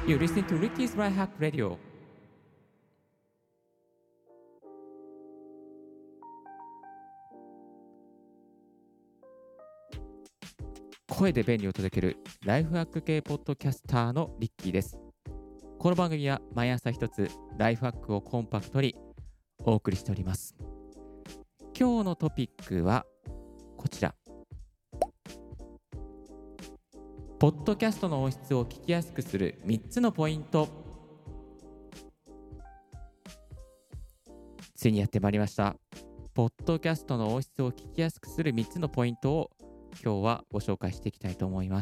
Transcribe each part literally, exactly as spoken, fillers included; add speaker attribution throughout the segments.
Speaker 1: You listen to Ricky's Right Hack Radio. 声で便利を届けるライフハック系ポッドキャスターのリッキーです。この番組は毎朝一つライフハックをコンパクトにお送りしております。今日のトピックはこちら。ポッドキャストの音質を聞きやすくするみっつのポイント。ついにやってまいりました。ポッドキャストの音質を聞きやすくするみっつのポイントを今日はご紹介していきたいと思います。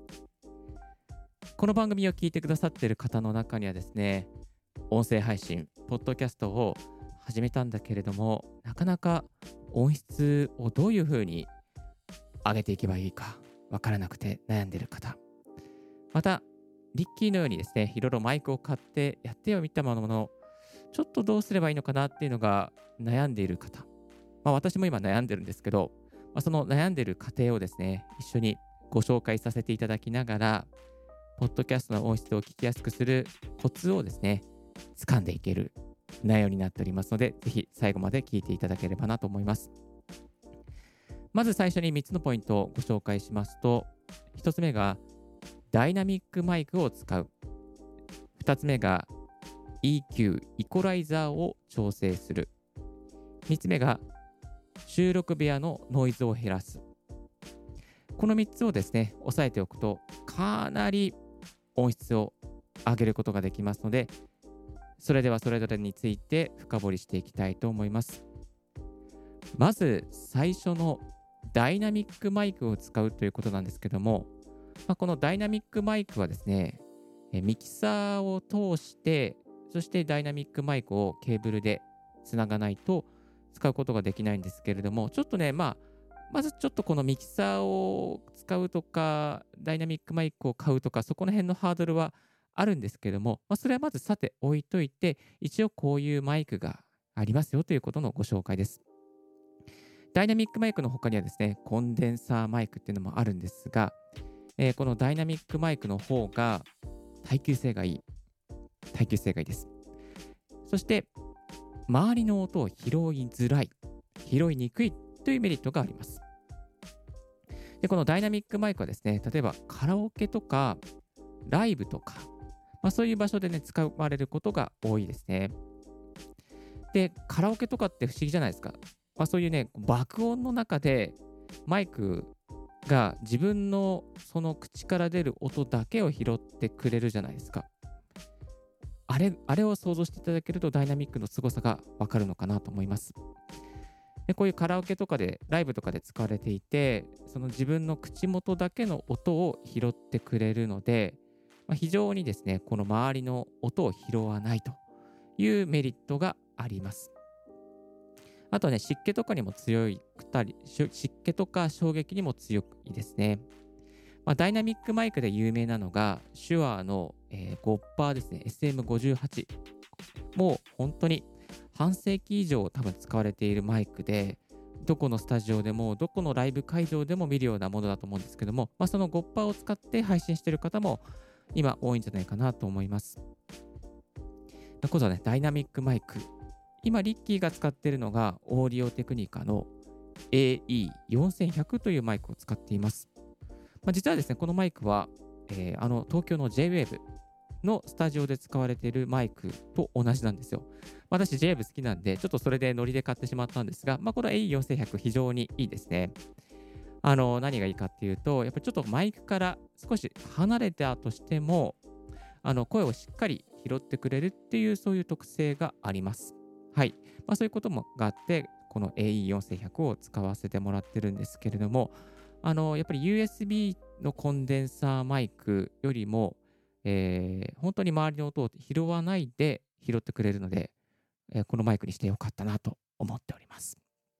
Speaker 1: この番組を聞いてくださっている方の中にはですね、音声配信、ポッドキャストを始めたんだけれども、なかなか音質をどういうふうに上げていけばいいかわからなくて悩んでいる方、またリッキーのようにですね、いろいろマイクを買ってやってはみたものの、ちょっとどうすればいいのかなっていうのが悩んでいる方、まあ、私も今悩んでるんですけど、まあ、その悩んでいる過程をですね、一緒にご紹介させていただきながら、ポッドキャストの音質を聞きやすくするコツをですね、掴んでいける内容になっておりますので、ぜひ最後まで聞いていただければなと思います。まず最初にみっつのポイントをご紹介しますと、ひとつめがダイナミックマイクを使う。ふたつめが イーキュー イコライザーを調整する。みっつめが収録部屋のノイズを減らす。このみっつをですね、押さえておくとかなり音質を上げることができますので、それではそれぞれについて深掘りしていきたいと思います。まず最初のダイナミックマイクを使うということなんですけども、まあ、このダイナミックマイクはですね、ミキサーを通して、そしてダイナミックマイクをケーブルでつながないと使うことができないんですけれども、ちょっとね、まあ、まずちょっとこのミキサーを使うとか、ダイナミックマイクを買うとか、そこの辺のハードルはあるんですけれども、まあ、それはまずさて置いといて、一応こういうマイクがありますよということのご紹介です。ダイナミックマイクの他にはですね、コンデンサーマイクっていうのもあるんですが、えー、このダイナミックマイクの方が耐久性がいい。耐久性がいいです。そして、周りの音を拾いづらい、拾いにくいというメリットがあります。で、このダイナミックマイクはですね、例えばカラオケとかライブとか、まあ、そういう場所でね、使われることが多いですね。で、カラオケとかって不思議じゃないですか。まあ、そういうね、爆音の中でマイクが自分のその口から出る音だけを拾ってくれるじゃないですか。あれ、あれを想像していただけるとダイナミックの凄さがわかるのかなと思います。で、こういうカラオケとかで、ライブとかで使われていて、その自分の口元だけの音を拾ってくれるので、まあ、非常にですね、この周りの音を拾わないというメリットがあります。あとね、湿気とかにも強いくたり、湿気とか衝撃にも強いですね。まあ、ダイナミックマイクで有名なのが、シュアーの、えー、ゴッパーですね、エスエムごじゅうはち。もう本当に半世紀以上多分使われているマイクで、どこのスタジオでも、どこのライブ会場でも見るようなものだと思うんですけども、まあ、そのゴッパーを使って配信している方も今多いんじゃないかなと思います。今度はね、ダイナミックマイク。今、リッキーが使っているのが、オーディオテクニカの エーイーよんせんひゃく というマイクを使っています。まあ、実はですね、このマイクは、えー、あの東京の ジェイウェーブ のスタジオで使われているマイクと同じなんですよ。私 ジェイウェーブ 好きなんで、ちょっとそれでノリで買ってしまったんですが、まあ、この エーイーよんせんひゃく 非常にいいですね。あの、何がいいかっていうと、やっぱりちょっとマイクから少し離れたとしても、あの声をしっかり拾ってくれるっていう、そういう特性があります。はい。まあ、そういうこともがあって、この エーイーよんせんひゃく を使わせてもらってるんですけれども、あの、やっぱり ユーエスビー のコンデンサーマイクよりも、えー、本当に周りの音を拾わないで拾ってくれるので、えー、このマイクにしてよかったなと思っております。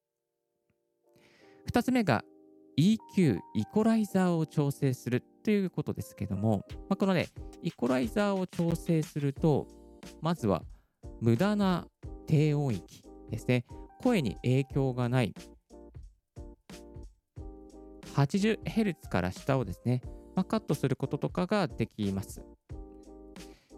Speaker 1: ふたつめが イーキュー イコライザーを調整するということですけども、まあ、このね、イコライザーを調整すると、まずは無駄な低音域ですね。声に影響がない はちじゅうヘルツ から下をですね、まあ、カットすることとかができます。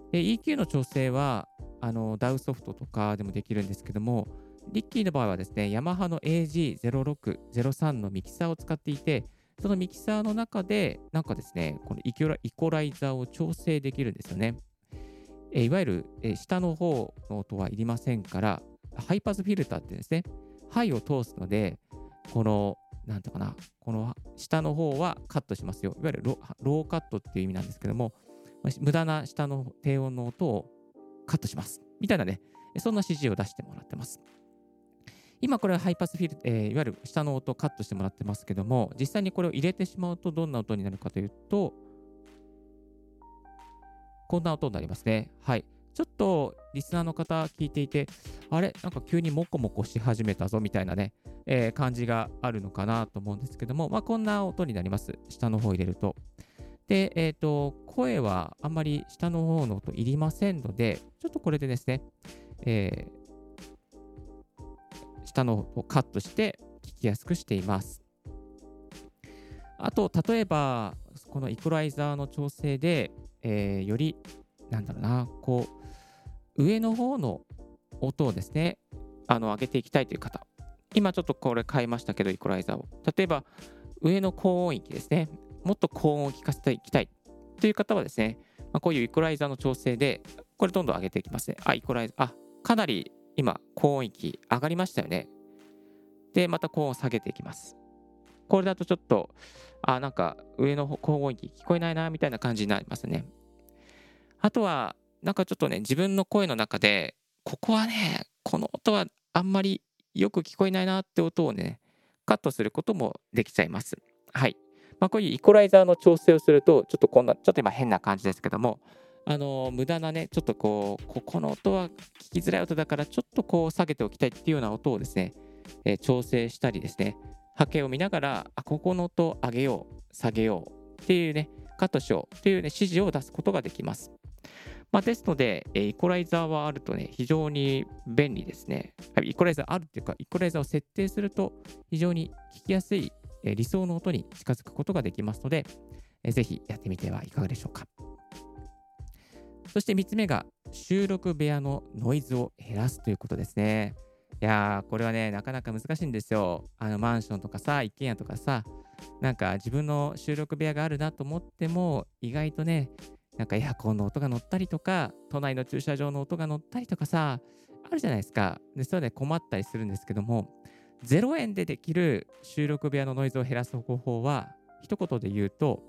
Speaker 1: で イーキュー の調整はあの ダウ ソフトとかでもできるんですけども、リッキーの場合はですね、ヤマハの エージーゼロろくゼロさん のミキサーを使っていて、そのミキサーの中で、なんかですね、このイキュライコライザーを調整できるんですよね。えーいわゆる、えー下の方の音はいりませんから、ハイパスフィルターってですね、ハイを通すので、この、なんとかな、この下の方はカットしますよ。いわゆるロローカットっていう意味なんですけども、まあ無駄な下の低音の音をカットします。みたいなね、そんな指示を出してもらってます。今これはハイパスフィル、えーいわゆる下の音をカットしてもらってますけども、実際にこれを入れてしまうとどんな音になるかというと、こんな音になりますね。はい。ちょっとリスナーの方聞いていて、あれなんか急にモコモコし始めたぞみたいなね、えー感じがあるのかなと思うんですけども、まあ、こんな音になります。下の方を入れると。で、えっ、と、声はあんまり下の方の音いりませんので、ちょっとこれでですね、えー下の方をカットして聞きやすくしています。あと、例えば、このイコライザーの調整で、えーより、なんだろうな、こう、上の方の音をですね、あの、上げていきたいという方。今ちょっとこれ変えましたけど、イコライザーを。例えば、上の高音域ですね、もっと高音を聞かせていきたいという方はですね、まあ、こういうイコライザーの調整で、これどんどん上げていきますね。あ、イコライザー、あ、かなり今、高音域上がりましたよね。で、また高音を下げていきます。これだとちょっと、あ、なんか上の高音域聞こえないなみたいな感じになりますね。あとは、なんかちょっとね、自分の声の中で、ここはね、この音はあんまりよく聞こえないなって音をね、カットすることもできちゃいます。はい。まあ、こういうイコライザーの調整をすると、ちょっとこんな、ちょっと今変な感じですけども、あのー無駄なね、ちょっとこう、ここの音は聞きづらい音だから、ちょっとこう下げておきたいっていうような音をですね、えー調整したりですね、波形を見ながら、あ、ここの音を上げよう、下げようっていうね、カットしようというね、指示を出すことができます。まあ、ですので、えーイコライザーはあるとね、非常に便利ですね。はい、イコライザーあるっていうか、イコライザーを設定すると、非常に聞きやすい、えー理想の音に近づくことができますので、えーぜひやってみてはいかがでしょうか。そしてみっつめが、収録部屋のノイズを減らすということですね。いやー、これはね、なかなか難しいんですよ。あの、マンションとかさ、一軒家とかさ、なんか自分の収録部屋があるなと思っても、意外とね、なんかエアコンの音が乗ったりとか、都内の駐車場の音が乗ったりとかさ、あるじゃないですか。で、それで困ったりするんですけども、ゼロえんでできる収録部屋のノイズを減らす方法は、一言で言うと、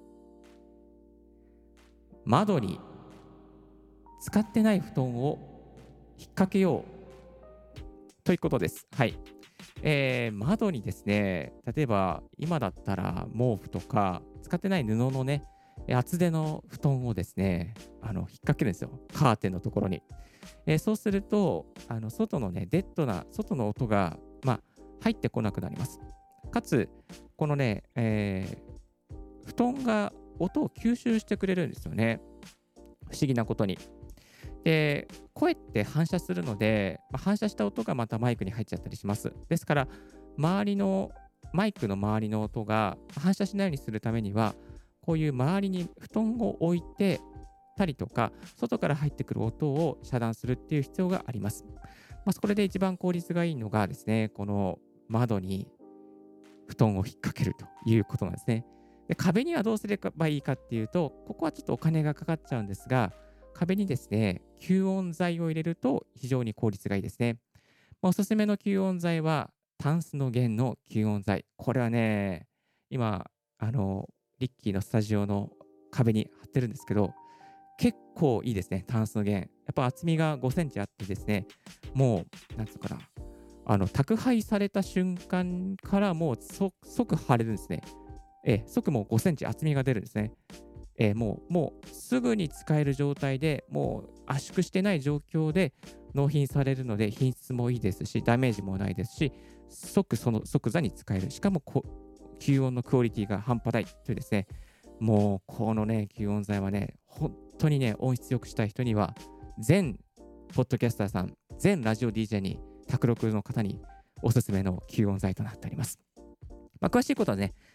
Speaker 1: 窓に使ってない布団を引っ掛けようということです。はい。えー窓にですね、例えば今だったら毛布とか使ってない布のね、え厚手の布団をですね、あの引っ掛けるんですよ。カーテンのところに。えーそうすると、あの外のね、デッドな外の音が、まあ、入ってこなくなります。かつ、このね、えー布団が音を吸収してくれるんですよね。不思議なことに。で、声って反射するので、まあ、反射した音がまたマイクに入っちゃったりします。ですから、周りの、マイクの周りの音が反射しないようにするためには、こういう周りに布団を置いてたりとか、外から入ってくる音を遮断するっていう必要があります。まあ、それで一番効率がいいのがですね、この窓に布団を引っ掛けるということなんですね。で、壁にはどうすればいいかっていうと、ここはちょっとお金がかかっちゃうんですが、壁にですね、吸音材を入れると非常に効率がいいですね。まあ、おすすめの吸音材は、タンスの弦の吸音材。これはね、今、あの、リッキーのスタジオの壁に貼ってるんですけど、結構いいですね、タンスの弦。やっぱ厚みがごセンチあってですね、もう、なんつうかな、あの、宅配された瞬間からもう即即貼れるんですね。ええ、即もうごセンチ厚みが出るんですね。ええ、もうもうすぐに使える状態で、もう圧縮してない状況で納品されるので、品質もいいですし、ダメージもないですし、即その即座に使える。しかもこ吸音のクオリティが半端ないというですね、もうこのね、吸音材はね、本当にね、音質良くしたい人には、全ポッドキャスターさん、全ラジオ ディージェー に、卓録の方におすすめの吸音材となっております。まあ、詳しいことはね、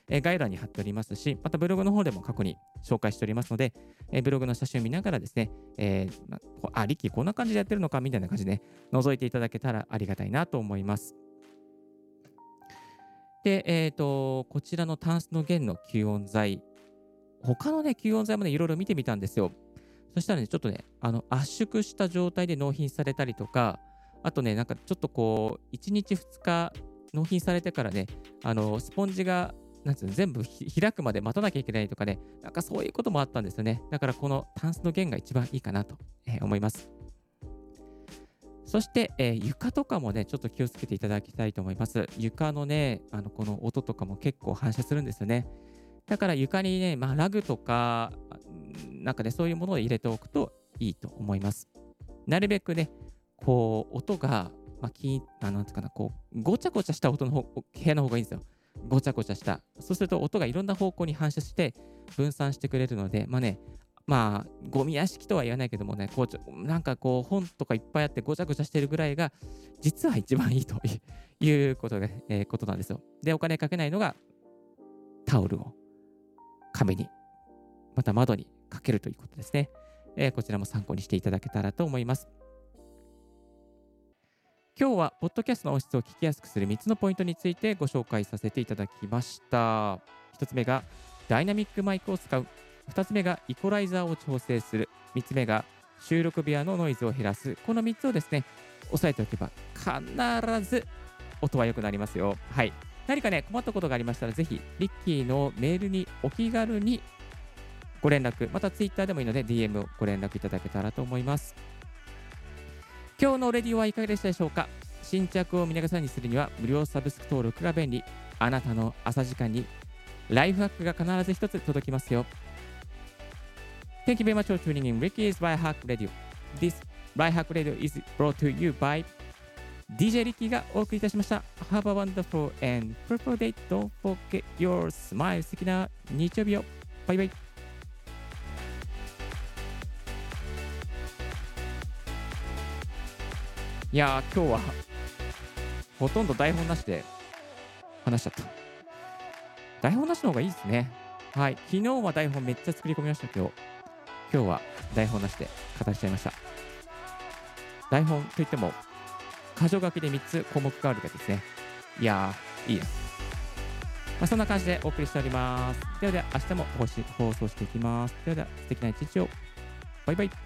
Speaker 1: えー概要欄に貼っておりますし、またブログの方でも過去に紹介しておりますので、えーブログの写真を見ながらですね、えーまこあ、リッキーこんな感じでやってるのかみたいな感じでね、覗いていただけたらありがたいなと思います。で、えっと、こちらのタンスの弦の吸音材、他のね、吸音材もね、いろいろ見てみたんですよ。そしたらね、ちょっとね、あの、圧縮した状態で納品されたりとか、あとね、なんかちょっとこう、いちにちふつか納品されてからね、あの、スポンジが、なんつうの、全部ひ開くまで待たなきゃいけないとかね、なんかそういうこともあったんですよね。だからこのタンスの弦が一番いいかなと、えー思います。そして、えー床とかもね、ちょっと気をつけていただきたいと思います。床のね、あの、この音とかも結構反射するんですよね。だから床にね、まあ、ラグとか、あんなんかね、そういうものを入れておくといいと思います。なるべくね、こう、音が、まあ、きあなんていうかな、こう、ごちゃごちゃした音の方部屋の方がいいんですよ。ごちゃごちゃした。そうすると音がいろんな方向に反射して分散してくれるので、まあね、まあ、ゴミ屋敷とは言わないけどもね、こうちょなんかこう、本とかいっぱいあってごちゃごちゃしてるぐらいが、実は一番いいということで、えーことなんですよ。で、お金かけないのがタオルを壁に、また窓にかけるということですね。えーこちらも参考にしていただけたらと思います。今日は、ポッドキャストの音質を聞きやすくするみっつのポイントについてご紹介させていただきました。ひとつめが、ダイナミックマイクを使う。ふたつめが、イコライザーを調整する。みっつめが、収録部屋のノイズを減らす。このみっつをですね、押さえておけば、必ず音は良くなりますよ。はい。何かね、困ったことがありましたら、ぜひ、リッキーのメールにお気軽にご連絡、またツイッターでもいいので ディーエム をご連絡いただけたらと思います。今日のレディオはいかがでしたでしょうか。新着を見逃さにするには無料サブスク登録が便利。あなたの朝時間にライフハックが必ず一つ届きますよ。Thank you very much for tuning in Ricky's Life Hack Radio. This Life Hack Radio is brought to you by ディージェー リッキーがお送りいたしました。Have a wonderful and fruitful day. Don't forget your smile. 素敵な日曜日を。バイバイ。いやー、今日はほとんど台本なしで話しちゃった。台本なしの方がいいですね。はい。昨日は台本めっちゃ作り込みましたけど、今日は台本なしで語っちゃいました。台本といっても、箇条書きでみっつ項目があるわけですね。いやー、いいです。まあ、そんな感じでお送りしております。ではでは、明日も放送していきます。ではでは、素敵な一日を。バイバイ。